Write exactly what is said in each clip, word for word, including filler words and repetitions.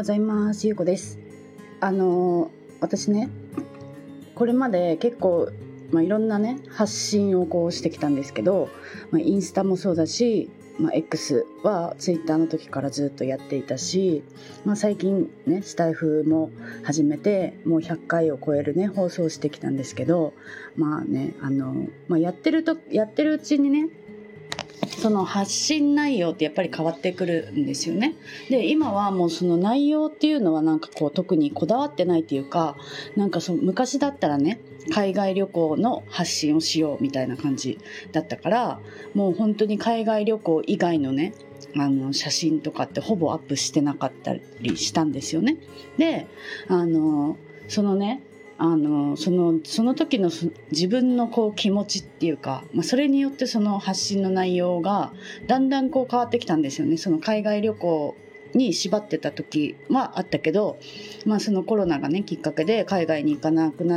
ございます。ゆうこです。あの私ね、これまで結構、まあ、いろんなね発信をこうしてきたんですけど、まあ、インスタもそうだし、まあ、X はツイッターの時からずっとやっていたし、まあ、最近ねスタイフも始めてもうひゃっかいを超えるね放送をしてきたんですけど、まあねあの、まあ、やってるとやってるうちにねその発信内容ってやっぱり変わってくるんですよね。で今はもうその内容っていうのはなんかこう特にこだわってないっていうか、なんかその昔だったらね海外旅行の発信をしようみたいな感じだったから、もう本当に海外旅行以外のねあの写真とかってほぼアップしてなかったりしたんですよね。であのそのねあのそのその時の自分のこう気持ちっていうか、まあ、それによってその発信の内容がだんだんこう変わってきたんですよね。その海外旅行に縛ってた時はあったけど、まあ、そのコロナがねきっかけで海外に行かなくなって、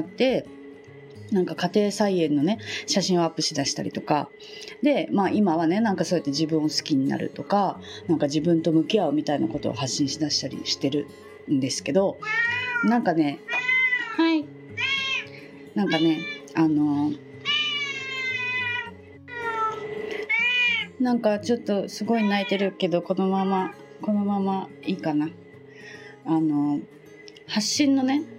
なんか家庭菜園のね写真をアップしだしたりとかで、まあ、今はねなんかそうやって自分を好きになるとか、なんか自分と向き合うみたいなことを発信しだしたりしてるんですけど、なんかねはいなんかねあのなんかちょっとすごい泣いてるけど、このままこのままいいかな。あの発信のね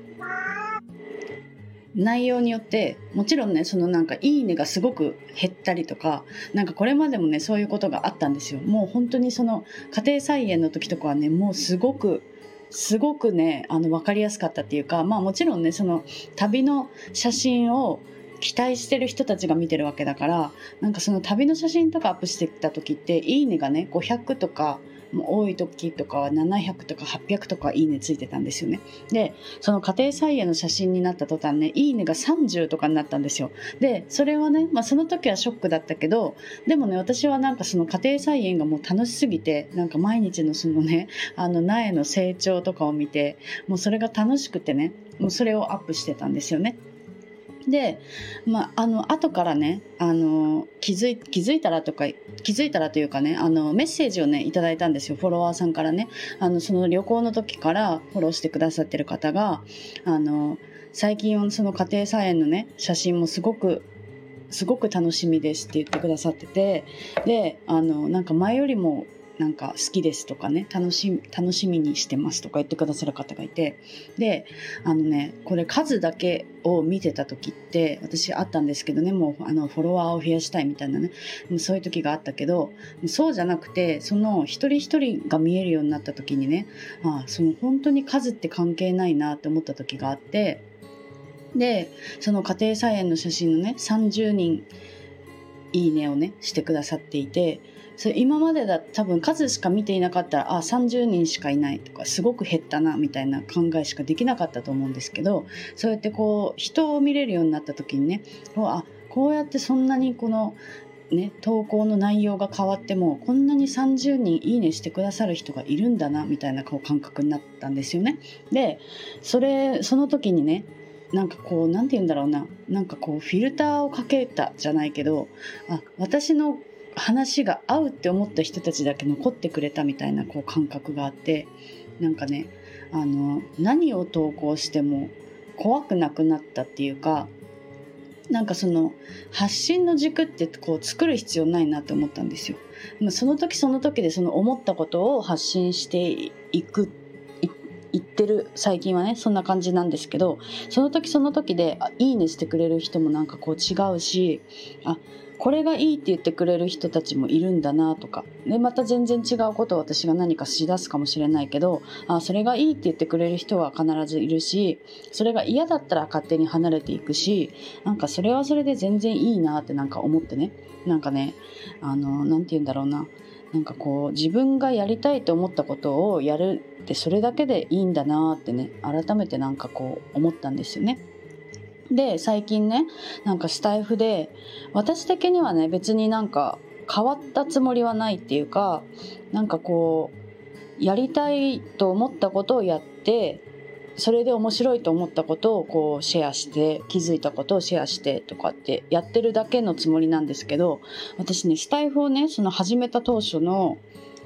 内容によってもちろんねそのなんかいいねがすごく減ったりとか、なんかこれまでもねそういうことがあったんですよ。もう本当にその家庭菜園の時とかはねもうすごくすごくねあの分かりやすかったっていうか、まあもちろんねその旅の写真を期待してる人たちが見てるわけだから、なんかその旅の写真とかアップしてきた時っていいねがねごひゃくとか、もう多い時とかはななひゃくとかはっぴゃくとかいいねついてたんですよね。でその家庭菜園の写真になった途端ねいいねがさんじゅうとかになったんですよ。でそれはね、まあ、その時はショックだったけど、でもね私はなんかその家庭菜園がもう楽しすぎて、なんか毎日のそのねあの苗の成長とかを見てもうそれが楽しくてね、もうそれをアップしてたんですよね。で、まあ、あの後からねあの気づい、気づいたらとか気づいたらというかねあのメッセージをねいただいたんですよ。フォロワーさんからね、あのその旅行の時からフォローしてくださってる方が、あの最近その家庭菜園のね写真もすごくすごく楽しみですって言ってくださってて、であのなんか前よりもなんか好きですとかね楽し楽しみにしてますとか言ってくださる方がいて、であのねこれ数だけを見てた時って私あったんですけどね、もうあのフォロワーを増やしたいみたいなねそういう時があったけど、そうじゃなくてその一人一人が見えるようになった時にね、あその本当に数って関係ないなって思った時があって、でその家庭菜園の写真のねさんじゅうにんいいねをねしてくださっていて、それ今までだ多分数しか見ていなかったらあさんじゅうにんしかいないとかすごく減ったなみたいな考えしかできなかったと思うんですけど、そうやってこう人を見れるようになった時にね、あこうやってそんなにこのね、投稿の内容が変わってもこんなにさんじゅうにんいいねしてくださる人がいるんだなみたいなこう感覚になったんですよね。でそれその時にねなんかこうなんて言うんだろうな、なんかこうフィルターをかけたじゃないけど、あ私の話が合うって思った人たちだけ残ってくれたみたいなこう感覚があって、なんかねあの何を投稿しても怖くなくなったっていうか、なんかその発信の軸ってこう作る必要ないなって思ったんですよ。その時その時でその思ったことを発信していく言ってる最近はねそんな感じなんですけど、その時その時でいいねしてくれる人もなんかこう違うし、あこれがいいって言ってくれる人たちもいるんだなとか、でまた全然違うことを私が何かしだすかもしれないけど、あそれがいいって言ってくれる人は必ずいるし、それが嫌だったら勝手に離れていくし、なんかそれはそれで全然いいなってなんか思ってね、なんかねあのなんて言うんだろうな、なんかこう自分がやりたいと思ったことをやるってそれだけでいいんだなってね改めてなんかこう思ったんですよね。で最近ねなんかスタイフで私的にはね別になんか変わったつもりはないっていうか、なんかこうやりたいと思ったことをやってそれで面白いと思ったことをこうシェアして、気づいたことをシェアしてとかってやってるだけのつもりなんですけど、私ねスタイフをねその始めた当初の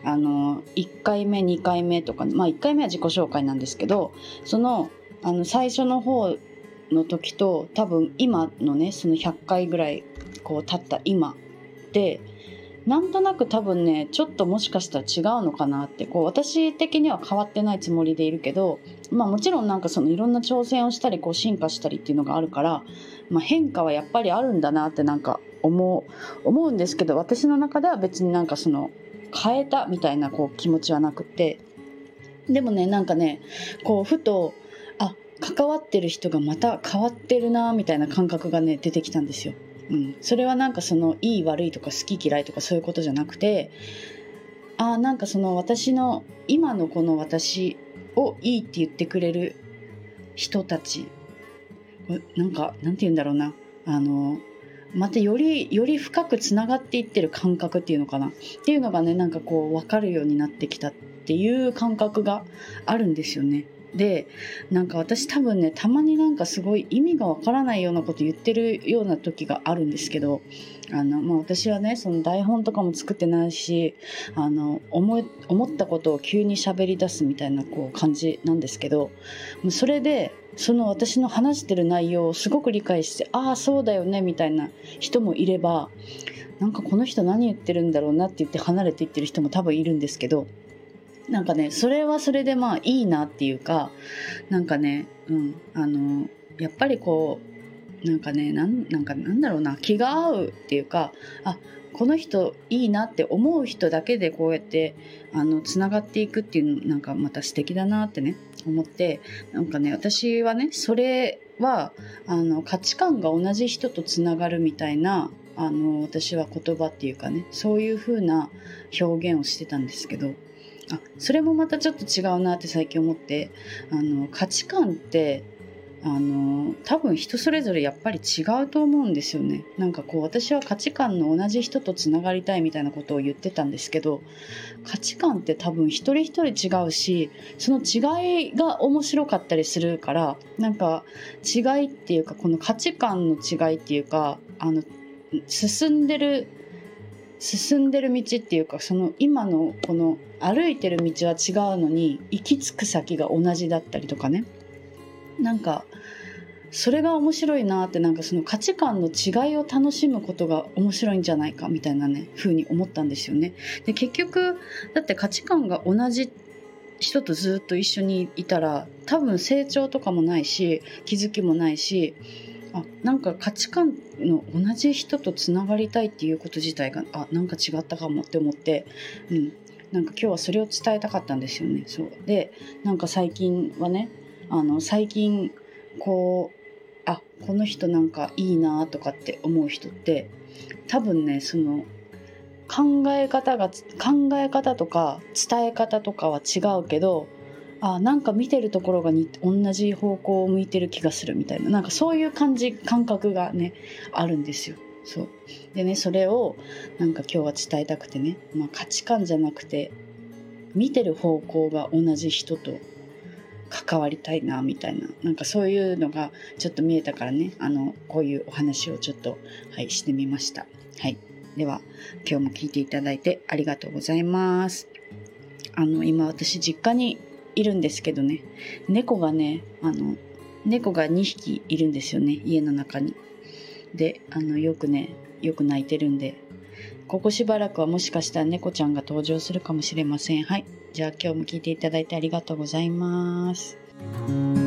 あのいっかいめにかいめとか、まあいっかいめは自己紹介なんですけど、そのあの最初の方の時と多分今のねそのひゃっかいぐらいこう経った今でなんとなく多分ねちょっともしかしたら違うのかなって、こう私的には変わってないつもりでいるけど、まあもちろんなんかそのいろんな挑戦をしたりこう進化したりっていうのがあるから、まあ、変化はやっぱりあるんだなってなんか思う思うんですけど、私の中では別になんかその変えたみたいなこう気持ちはなくて、でもねなんかねこうふとあ関わってる人がまた変わってるなみたいな感覚がね出てきたんですよ。うん、それはなんかそのいい悪いとか好き嫌いとかそういうことじゃなくて、あなんかその私の今のこの私をいいって言ってくれる人たち、なんかなんて言うんだろうな、あのまたよりより深くつながっていってる感覚っていうのかなっていうのがねなんかこう分かるようになってきたっていう感覚があるんですよね。でなんか私多分ねたまになんかすごい意味がわからないようなこと言ってるような時があるんですけど、あの、まあ、私はねその台本とかも作ってないし、あの 思, 思ったことを急に喋り出すみたいなこう感じなんですけど、それでその私の話してる内容をすごく理解して、ああそうだよねみたいな人もいれば、なんかこの人何言ってるんだろうなって言って離れていってる人も多分いるんですけど、なんかねそれはそれでまあいいなっていうか、なんかね、うん、あのやっぱりこうなんかねなん、なんかなんだろうな、気が合うっていうか、あこの人いいなって思う人だけでこうやってあのつながっていくっていうのなんかまた素敵だなってね思って、なんかね私はねそれはあの価値観が同じ人とつながるみたいな、あの私は言葉っていうかねそういう風な表現をしてたんですけど、あそれもまたちょっと違うなって最近思って、あの価値観ってあの多分人それぞれやっぱり違うと思うんですよね。なんかこう私は価値観の同じ人とつながりたいみたいなことを言ってたんですけど、価値観って多分一人一人違うし、その違いが面白かったりするから、なんか違いっていうかこの価値観の違いっていうか、あの進んでる進んでる道っていうか、その今のこの歩いてる道は違うのに行き着く先が同じだったりとかね、なんかそれが面白いなって、なんかその価値観の違いを楽しむことが面白いんじゃないかみたいなね風に思ったんですよね。で結局だって価値観が同じ人とずっと一緒にいたら多分成長とかもないし気づきもないし、あなんか価値観の同じ人とつながりたいっていうこと自体があなんか違ったかもって思って、うん、なんか今日はそれを伝えたかったんですよね。そうでなんか最近はねあの最近こうあこの人なんかいいなとかって思う人って多分ねその考え方が考え方とか伝え方とかは違うけど、あなんか見てるところがに同じ方向を向いてる気がするみたいな、なんかそういう感じ感覚がねあるんですよ。そうでねそれをなんか今日は伝えたくてね、まあ、価値観じゃなくて見てる方向が同じ人と関わりたいなみたいな、なんかそういうのがちょっと見えたからね、あのこういうお話をちょっと、はい、してみました。はい、では今日も聞いていただいてありがとうございます。あの今私実家にいるんですけどね、猫がねあの猫がにひきいるんですよね、家の中に。であのよくねよく鳴いてるんで、ここしばらくはもしかしたら猫ちゃんが登場するかもしれません。はい、じゃあ今日も聞いていただいてありがとうございます。